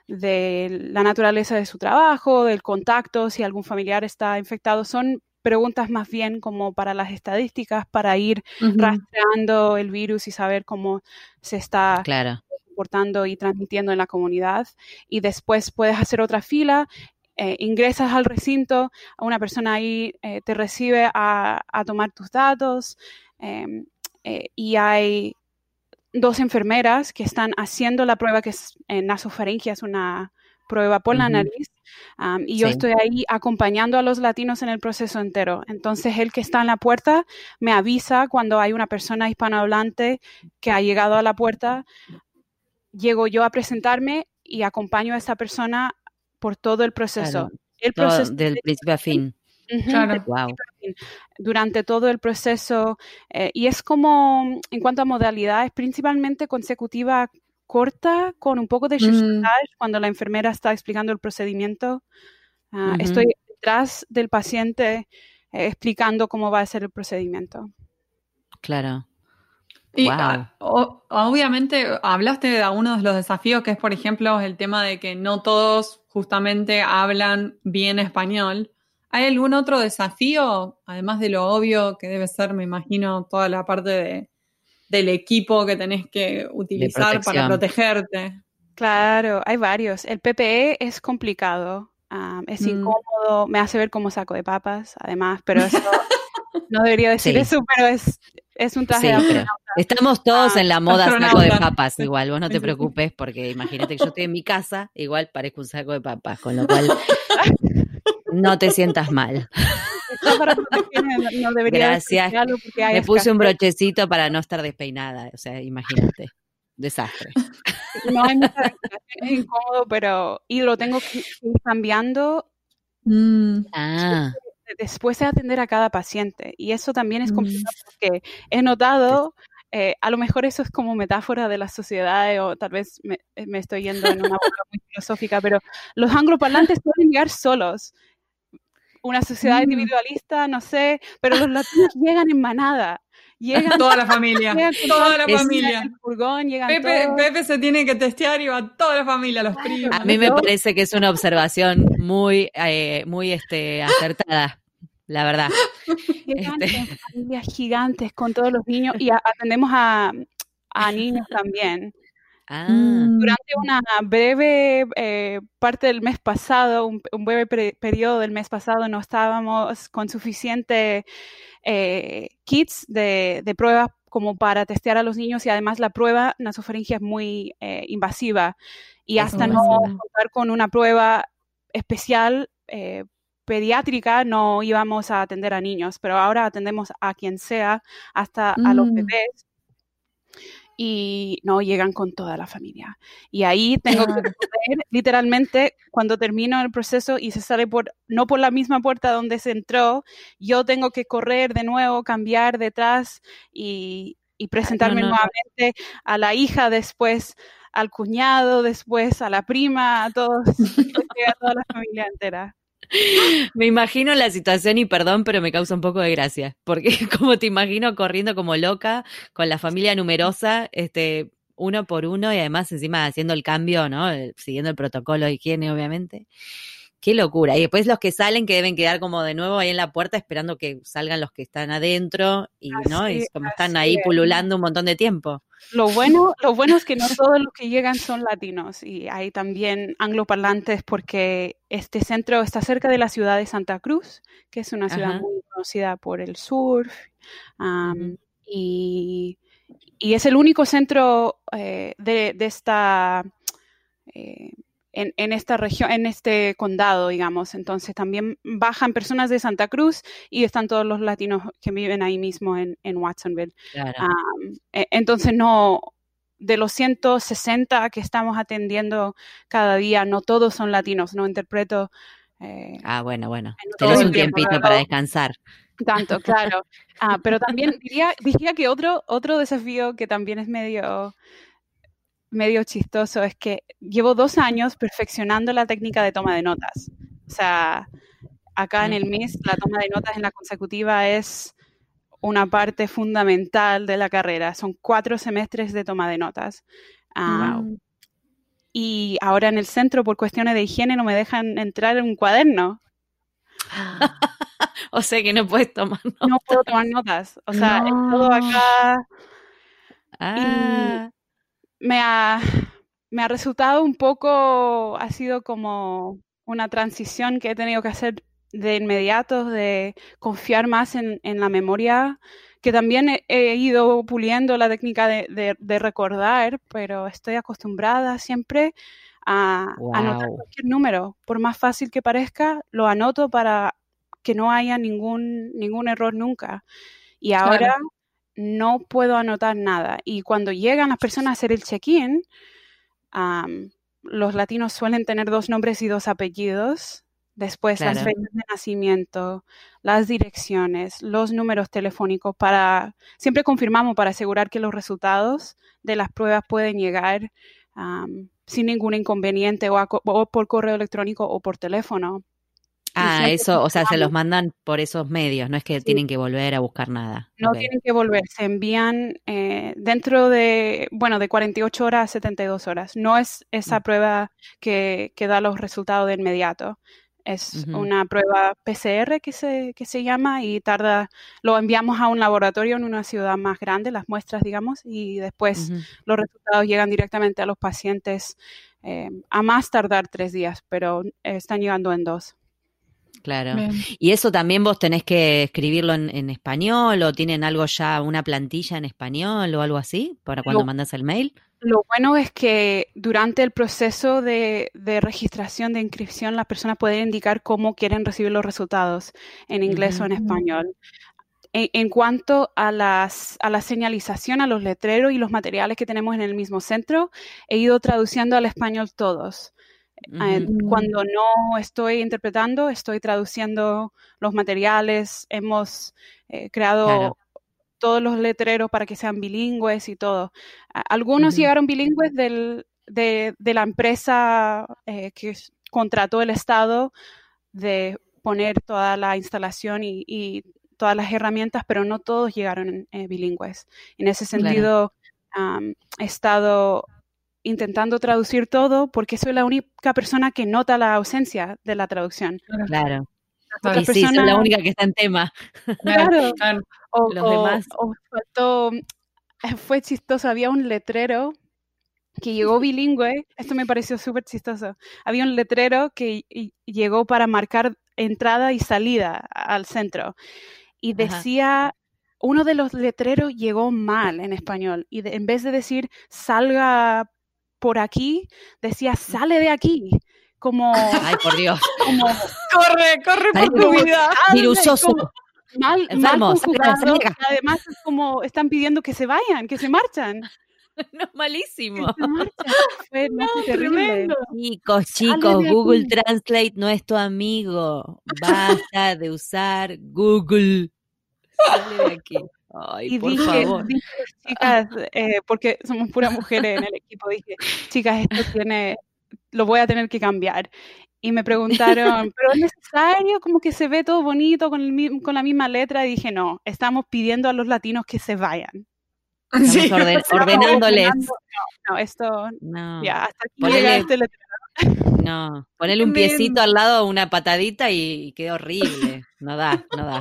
la naturaleza de su trabajo, del contacto, si algún familiar está infectado. Son preguntas más bien como para las estadísticas, para ir rastreando el virus y saber cómo se está comportando y transmitiendo en la comunidad. Y después puedes hacer otra fila, ingresas al recinto, una persona ahí te recibe a tomar tus datos y hay 2 enfermeras que están haciendo la prueba que es nasofaringia, es una prueba por la nariz, y yo estoy ahí acompañando a los latinos en el proceso entero. Entonces, el que está en la puerta me avisa cuando hay una persona hispanohablante que ha llegado a la puerta. Llego yo a presentarme y acompaño a esa persona por todo el proceso. El proceso del principio a fin. Wow. Durante todo el proceso, y es como, en cuanto a modalidades, principalmente consecutiva corta, con un poco de chuchotage cuando la enfermera está explicando el procedimiento. Estoy detrás del paciente explicando cómo va a ser el procedimiento. Claro. Y obviamente hablaste de algunos de los desafíos, que es, por ejemplo, el tema de que no todos justamente hablan bien español. ¿Hay algún otro desafío, además de lo obvio que debe ser, me imagino, toda la parte del equipo que tenés que utilizar para protegerte? Claro, hay varios. El PPE es complicado, es incómodo, me hace ver como saco de papas, además, pero eso no debería decir eso, pero es un traje de astronauta. Estamos todos en la moda saco de papas, igual, vos no te preocupes, porque imagínate que yo estoy en mi casa, igual parezco un saco de papas, con lo cual no te sientas mal. No debería. Gracias. Me puse un brochecito para no estar despeinada, o sea, imagínate. Desastre. No hay mucha, es incómodo, y lo tengo que ir cambiando después de atender a cada paciente. Y eso también es complicado porque he notado, a lo mejor eso es como metáfora de la sociedad, o tal vez me estoy yendo en una boca muy filosófica, pero los angloparlantes pueden llegar solos. Una sociedad individualista, no sé, pero los latinos llegan en manada. Llegan toda la familia, toda la familia. El furgón, Pepe se tiene que testear y va toda la familia, los primos. A mí me parece que es una observación muy acertada, la verdad. Llegan en familias gigantes con todos los niños y atendemos a niños también. Durante una breve parte del mes pasado, un breve periodo del mes pasado, no estábamos con suficiente kits de pruebas como para testear a los niños, y además la prueba nasofaringea es muy invasiva, y hasta no contar con una prueba especial pediátrica no íbamos a atender a niños, pero ahora atendemos a quien sea, hasta a los bebés. Y no, llegan con toda la familia. Y ahí tengo que correr, literalmente, cuando termino el proceso y se sale no por la misma puerta donde se entró, yo tengo que correr de nuevo, cambiar detrás y presentarme nuevamente a la hija, después al cuñado, después a la prima, a todos, a toda la familia entera. Me imagino la situación y perdón, pero me causa un poco de gracia, porque como te imagino corriendo como loca con la familia numerosa, uno por uno, y además encima haciendo el cambio, ¿no? Siguiendo el protocolo de higiene, obviamente. Qué locura. Y después los que salen, que deben quedar como de nuevo ahí en la puerta esperando que salgan los que están adentro, y ¿no? Y como están ahí pululando un montón de tiempo. Lo bueno es que no todos los que llegan son latinos, y hay también angloparlantes, porque este centro está cerca de la ciudad de Santa Cruz, que es una ciudad muy conocida por el surf, y es el único centro de esta... en esta región, en este condado, digamos. Entonces también bajan personas de Santa Cruz y están todos los latinos que viven ahí mismo en Watsonville. Claro. Entonces no, de los 160 que estamos atendiendo cada día, no todos son latinos, no interpreto. Bueno. Tenés un tiempito para descansar. Tanto, claro. Pero también diría que otro desafío que también es medio chistoso es que llevo 2 años perfeccionando la técnica de toma de notas. O sea, acá en el MIS la toma de notas en la consecutiva es una parte fundamental de la carrera. Son 4 semestres de toma de notas. Wow. Y ahora en el centro, por cuestiones de higiene, no me dejan entrar en un cuaderno. O sea que no puedes tomar notas. No puedo tomar notas. O sea, es todo acá. Y me ha resultado un poco, ha sido como una transición que he tenido que hacer de inmediato, de confiar más en la memoria, que también he ido puliendo la técnica de recordar, pero estoy acostumbrada siempre a anotar cualquier número. Por más fácil que parezca, lo anoto para que no haya ningún error nunca. Y ahora no puedo anotar nada. Y cuando llegan las personas a hacer el check-in, los latinos suelen tener 2 nombres y 2 apellidos. Después las fechas de nacimiento, las direcciones, los números telefónicos. Siempre confirmamos para asegurar que los resultados de las pruebas pueden llegar sin ningún inconveniente, o por correo electrónico o por teléfono. Eso, o sea, se los mandan por esos medios, no es que tienen que volver a buscar nada. No tienen que volver, se envían dentro de 48 horas a 72 horas. No es esa prueba que da los resultados de inmediato. Es una prueba PCR que se llama, y lo enviamos a un laboratorio en una ciudad más grande, las muestras, digamos, y después los resultados llegan directamente a los pacientes, a más tardar 3 días, pero están llegando en 2. Claro. Bien. ¿Y eso también vos tenés que escribirlo en español, o tienen algo ya, una plantilla en español o algo así para cuando mandas el mail? Lo bueno es que durante el proceso de registración, de inscripción, las personas pueden indicar cómo quieren recibir los resultados, en inglés o en español. En cuanto a la señalización, a los letreros y los materiales que tenemos en el mismo centro, he ido traduciendo al español todos. Cuando no estoy interpretando, estoy traduciendo los materiales. Hemos creado todos los letreros para que sean bilingües y todo. Algunos llegaron bilingües de la empresa que contrató el Estado de poner toda la instalación y todas las herramientas, pero no todos llegaron bilingües. En ese sentido, he estado intentando traducir todo, porque soy la única persona que nota la ausencia de la traducción. Claro. Y sí, soy la única que está en tema. Claro. Los demás. Faltó, fue chistoso, había un letrero que llegó bilingüe, esto me pareció súper chistoso. Había un letrero que llegó para marcar entrada y salida al centro. Y decía, uno de los letreros llegó mal en español. Y en vez de decir, salga por aquí, decía, sale de aquí. Como... Ay, por Dios. Como, corre por tu vida. Virusoso. Mal conjugado. Además, es como están pidiendo que se vayan, que se marchan. No, malísimo. Fue terrible. Chicos, Google Translate no es tu amigo. Basta de usar Google. Sale de aquí. Ay, y por dije, favor. Chicas, porque somos puras mujeres en el equipo, dije, chicas, lo voy a tener que cambiar. Y me preguntaron, ¿pero es necesario? Como que se ve todo bonito con la misma letra. Y dije, no, estamos pidiendo a los latinos que se vayan. Estamos ordenándoles. No, esto... No. Ya, hasta aquí llega este letrero. No, ponele un piecito al lado, una patadita y queda horrible. No da.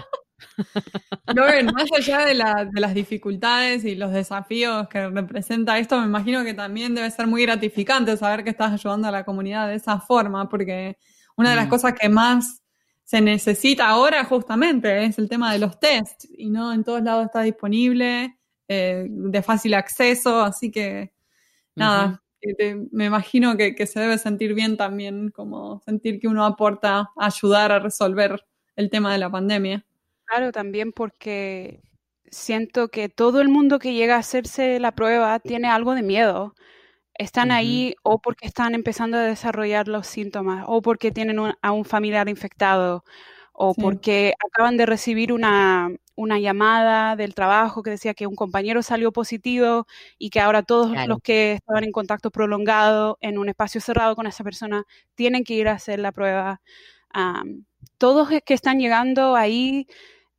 No, más allá de las dificultades y los desafíos que representa esto, me imagino que también debe ser muy gratificante saber que estás ayudando a la comunidad de esa forma, porque una de las cosas que más se necesita ahora justamente es el tema de los tests, y no en todos lados está disponible, de fácil acceso, así que nada, me imagino que se debe sentir bien también, como sentir que uno aporta a ayudar a resolver el tema de la pandemia. Claro, también porque siento que todo el mundo que llega a hacerse la prueba tiene algo de miedo. Están ahí o porque están empezando a desarrollar los síntomas, o porque tienen a un familiar infectado, o porque acaban de recibir una llamada del trabajo que decía que un compañero salió positivo y que ahora todos los que estaban en contacto prolongado en un espacio cerrado con esa persona tienen que ir a hacer la prueba. Todos que están llegando ahí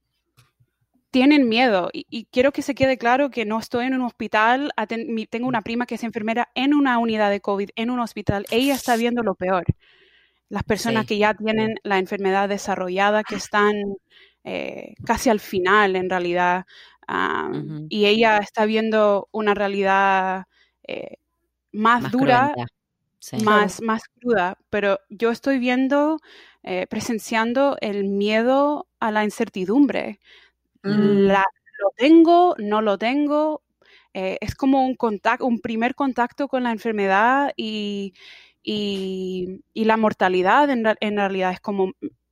tienen miedo y quiero que se quede claro que no estoy en un hospital, tengo una prima que es enfermera en una unidad de COVID, en un hospital, ella está viendo lo peor. Las personas que ya tienen la enfermedad desarrollada, que están casi al final en realidad, y ella está viendo una realidad más dura, más cruda, pero yo estoy viendo, presenciando el miedo a la incertidumbre. Lo tengo, no lo tengo, es como un primer contacto con la enfermedad y la mortalidad en realidad es como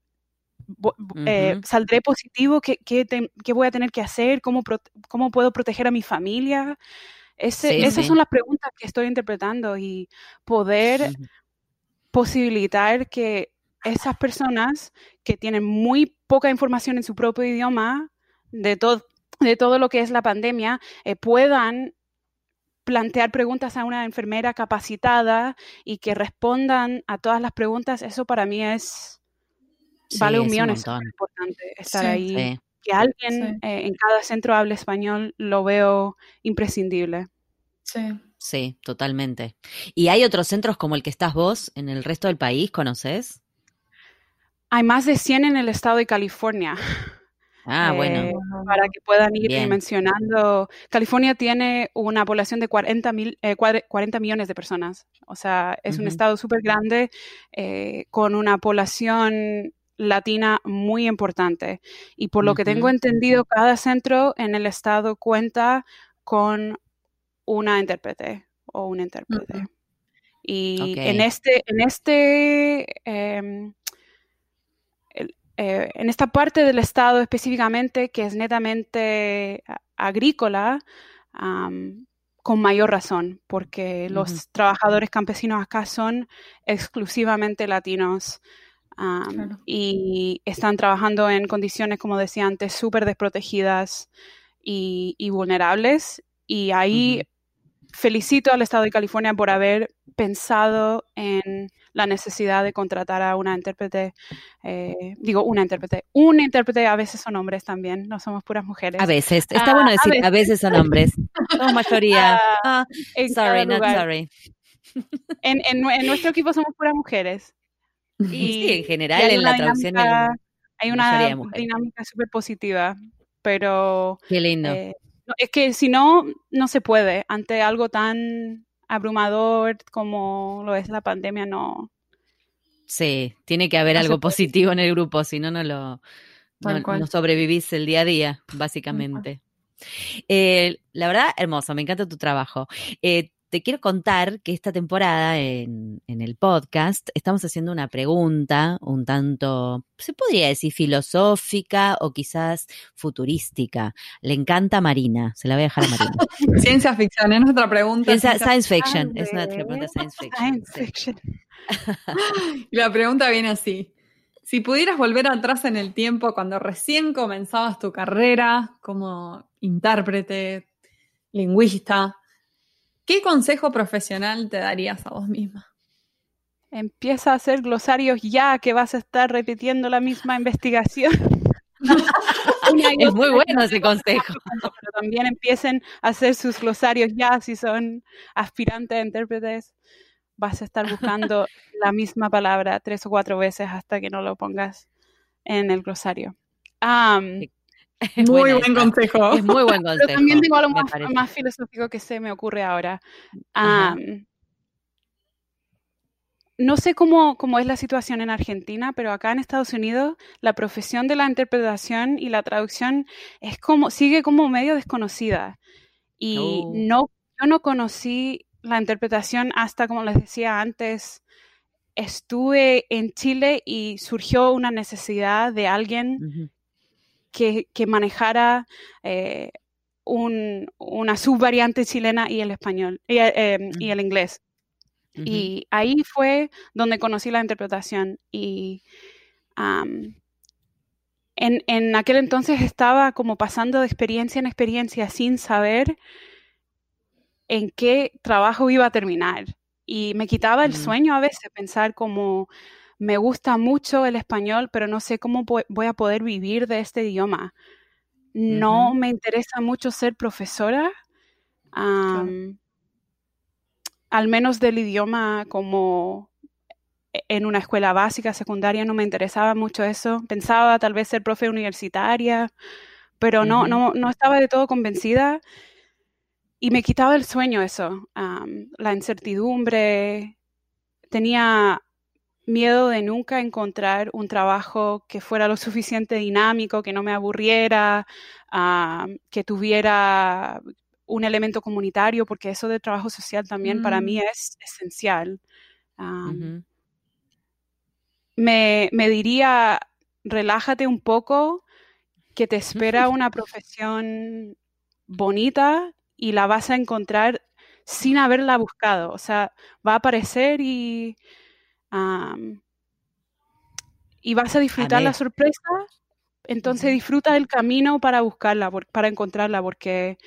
saldré positivo, ¿qué voy a tener que hacer? ¿Cómo puedo proteger a mi familia? Esas son las preguntas que estoy interpretando y poder posibilitar que esas personas que tienen muy poca información en su propio idioma de todo lo que es la pandemia, puedan plantear preguntas a una enfermera capacitada y que respondan a todas las preguntas. Eso para mí vale un millón, es súper importante estar ahí. Que alguien en cada centro hable español, lo veo imprescindible. Sí, totalmente. ¿Y hay otros centros como el que estás vos en el resto del país? ¿Conoces? Hay más de 100 en el estado de California. Bueno. Para que puedan ir mencionando. California tiene una población de 40 millones de personas. O sea, es un estado súper grande con una población latina muy importante. Y por lo que tengo entendido, cada centro en el estado cuenta con una intérprete o un intérprete. Y en esta parte del estado específicamente, que es netamente agrícola, con mayor razón, porque los trabajadores campesinos acá son exclusivamente latinos y están trabajando en condiciones, como decía antes, súper desprotegidas y vulnerables. Y ahí felicito al estado de California por haber pensado en la necesidad de contratar a una intérprete, un intérprete, a veces son hombres también, no somos puras mujeres. A veces, está bueno decir, a veces son hombres, somos mayoría. Sorry, not sorry. En nuestro equipo somos puras mujeres. Y sí, en general en la traducción Hay una dinámica súper positiva, pero... Qué lindo. Es que si no, no se puede. Ante algo tan abrumador como lo es la pandemia, no. Sí, tiene que haber algo positivo en el grupo, si no, no sobrevivís el día a día, básicamente. La verdad, hermoso, me encanta tu trabajo. Te quiero contar que esta temporada en el podcast estamos haciendo una pregunta un tanto, se podría decir filosófica o quizás futurística. Le encanta a Marina, se la voy a dejar a Marina. Ciencia ficción, es nuestra pregunta. Science fiction, es nuestra pregunta science fiction. Science fiction. Y la pregunta viene así. Si pudieras volver atrás en el tiempo cuando recién comenzabas tu carrera como intérprete, lingüista, ¿qué consejo profesional te darías a vos misma? Empieza a hacer glosarios ya, que vas a estar repitiendo la misma investigación. Es muy bueno ese consejo. Pero también empiecen a hacer sus glosarios ya, si son aspirantes a intérpretes. Vas a estar buscando la misma palabra 3 o 4 veces hasta que no lo pongas en el glosario. Muy buen consejo. Es muy buen consejo. Pero también tengo algo más filosófico que se me ocurre ahora. No sé cómo es la situación en Argentina, pero acá en Estados Unidos la profesión de la interpretación y la traducción sigue como medio desconocida. Y yo no conocí la interpretación hasta, como les decía antes, estuve en Chile y surgió una necesidad de alguien que manejara una subvariante chilena y el español y el inglés. Y ahí fue donde conocí la interpretación. Y en aquel entonces estaba como pasando de experiencia en experiencia sin saber en qué trabajo iba a terminar. Y me quitaba el sueño a veces pensar como me gusta mucho el español, pero no sé cómo voy a poder vivir de este idioma. No me interesa mucho ser profesora, al menos del idioma como en una escuela básica, secundaria, no me interesaba mucho eso. Pensaba tal vez ser profe universitaria, pero no estaba de todo convencida. Y me quitaba el sueño eso, la incertidumbre. Tenía miedo de nunca encontrar un trabajo que fuera lo suficiente dinámico, que no me aburriera, que tuviera un elemento comunitario, porque eso de trabajo social también para mí es esencial. Me diría, relájate un poco, que te espera una profesión bonita y la vas a encontrar sin haberla buscado. O sea, va a aparecer y vas a disfrutar la sorpresa. Entonces disfruta el camino para buscarla, para encontrarla, porque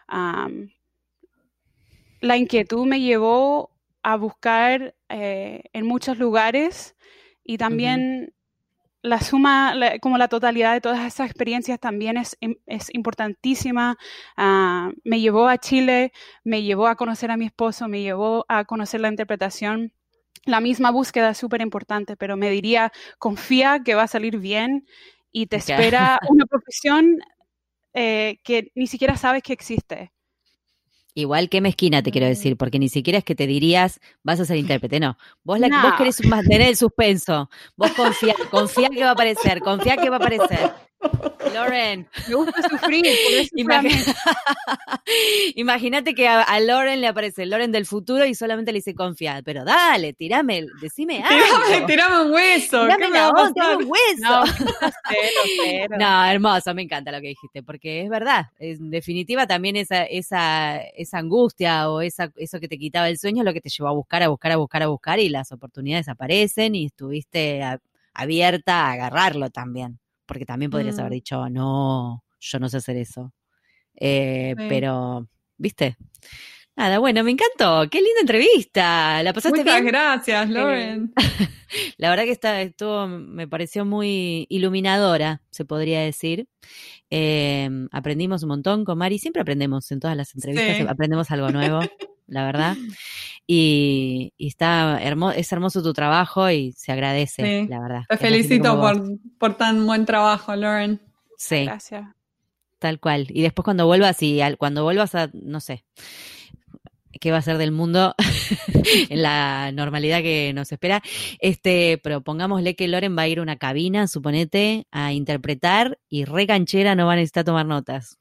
la inquietud me llevó a buscar en muchos lugares y también la suma, como la totalidad de todas esas experiencias también es importantísima. Me llevó a Chile, me llevó a conocer a mi esposo, me llevó a conocer la interpretación. La misma búsqueda es súper importante, pero me diría, confía que va a salir bien y te espera una profesión que ni siquiera sabes que existe. Igual que mezquina te quiero decir, porque ni siquiera es que te dirías, vas a ser intérprete, no. Vos querés mantener el suspenso. Vos confía que va a aparecer, confía que va a aparecer. Lauren. Me gusta sufrir, por eso Imagínate que a Lauren le aparece el Lauren del futuro y solamente le dice confía, pero dale, decime algo. Tirame un hueso. Tirame un hueso. No, cero. No, hermoso, me encanta lo que dijiste, porque es verdad. En definitiva, también esa angustia o eso que te quitaba el sueño es lo que te llevó a buscar y las oportunidades aparecen y estuviste abierta a agarrarlo también. Porque también podrías haber dicho, no, yo no sé hacer eso. Pero, ¿viste? Nada, bueno, me encantó. Qué linda entrevista. ¿La pasaste bien? Muchas gracias, Lauren. La verdad que me pareció muy iluminadora, se podría decir. Aprendimos un montón con Mari. Siempre aprendemos en todas las entrevistas, aprendemos algo nuevo. la verdad. Y es hermoso tu trabajo y se agradece, sí, la verdad. Te felicito por tan buen trabajo, Lauren. Sí. Gracias. Tal cual. Y después cuando vuelvas a, no sé, qué va a ser del mundo en la normalidad que nos espera, pero pongámosle que Lauren va a ir a una cabina, suponete, a interpretar y re canchera, no va a necesitar tomar notas.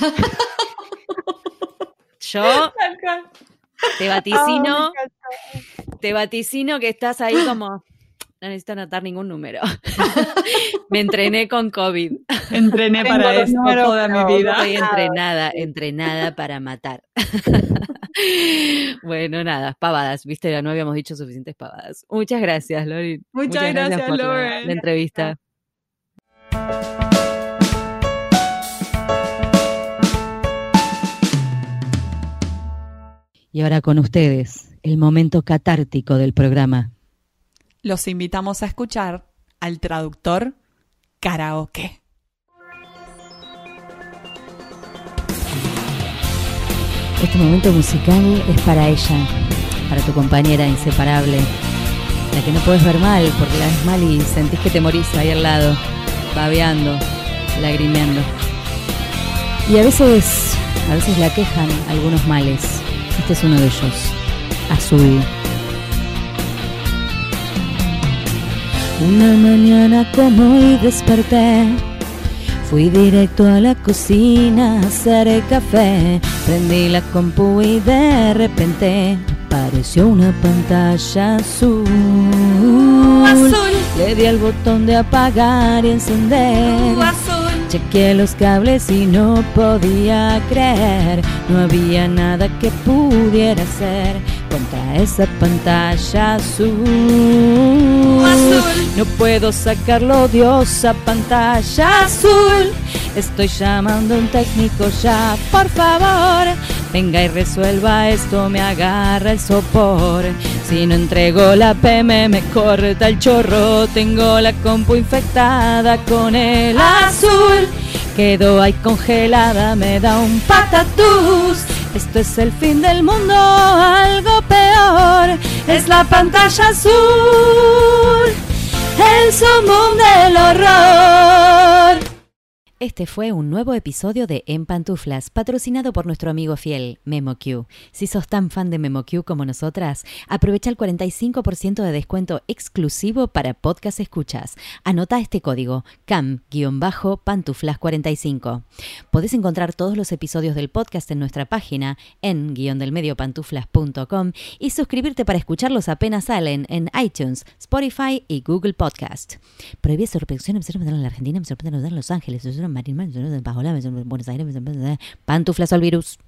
Yo te vaticino que estás ahí como, no necesito anotar ningún número. Me entrené con COVID. Entrené para esto toda mi vida. Estoy entrenada para matar. Bueno, nada, pavadas, viste, no habíamos dicho suficientes pavadas. Muchas gracias, Lori. Muchas gracias por la entrevista. Y ahora con ustedes, el momento catártico del programa. Los invitamos a escuchar al traductor karaoke. Este momento musical es para ella, para tu compañera inseparable, la que no puedes ver mal porque la ves mal y sentís que te morís ahí al lado, babeando, lagrimeando. Y a veces la quejan algunos males. Este es uno de ellos, Azul. Una mañana como hoy desperté, fui directo a la cocina a hacer el café. Prendí la compu y de repente apareció una pantalla azul. Le di al botón de apagar y encender. Chequeé los cables y no podía creer. No había nada que pudiera hacer contra esa pantalla azul. No puedo sacarlo, odiosa pantalla azul. Estoy llamando a un técnico ya, por favor. Venga y resuelva esto, me agarra el sopor. Si no entrego la PM me corta el chorro. Tengo la compu infectada con el azul. Quedo ahí congelada, me da un patatús. Esto es el fin del mundo, algo peor. Es la pantalla azul, el sumum del horror. Este fue un nuevo episodio de En Pantuflas, patrocinado por nuestro amigo fiel, MemoQ. Si sos tan fan de MemoQ como nosotras, aprovecha el 45% de descuento exclusivo para podcast escuchas. Anota este código, CAM-pantuflas45. Podés encontrar todos los episodios del podcast en nuestra página, en _delmediopantuflas.com, y suscribirte para escucharlos apenas salen en iTunes, Spotify y Google Podcast. Prohibida su reproducción en la Argentina, en Los Ángeles, Buenos Aires, Pantuflas al virus.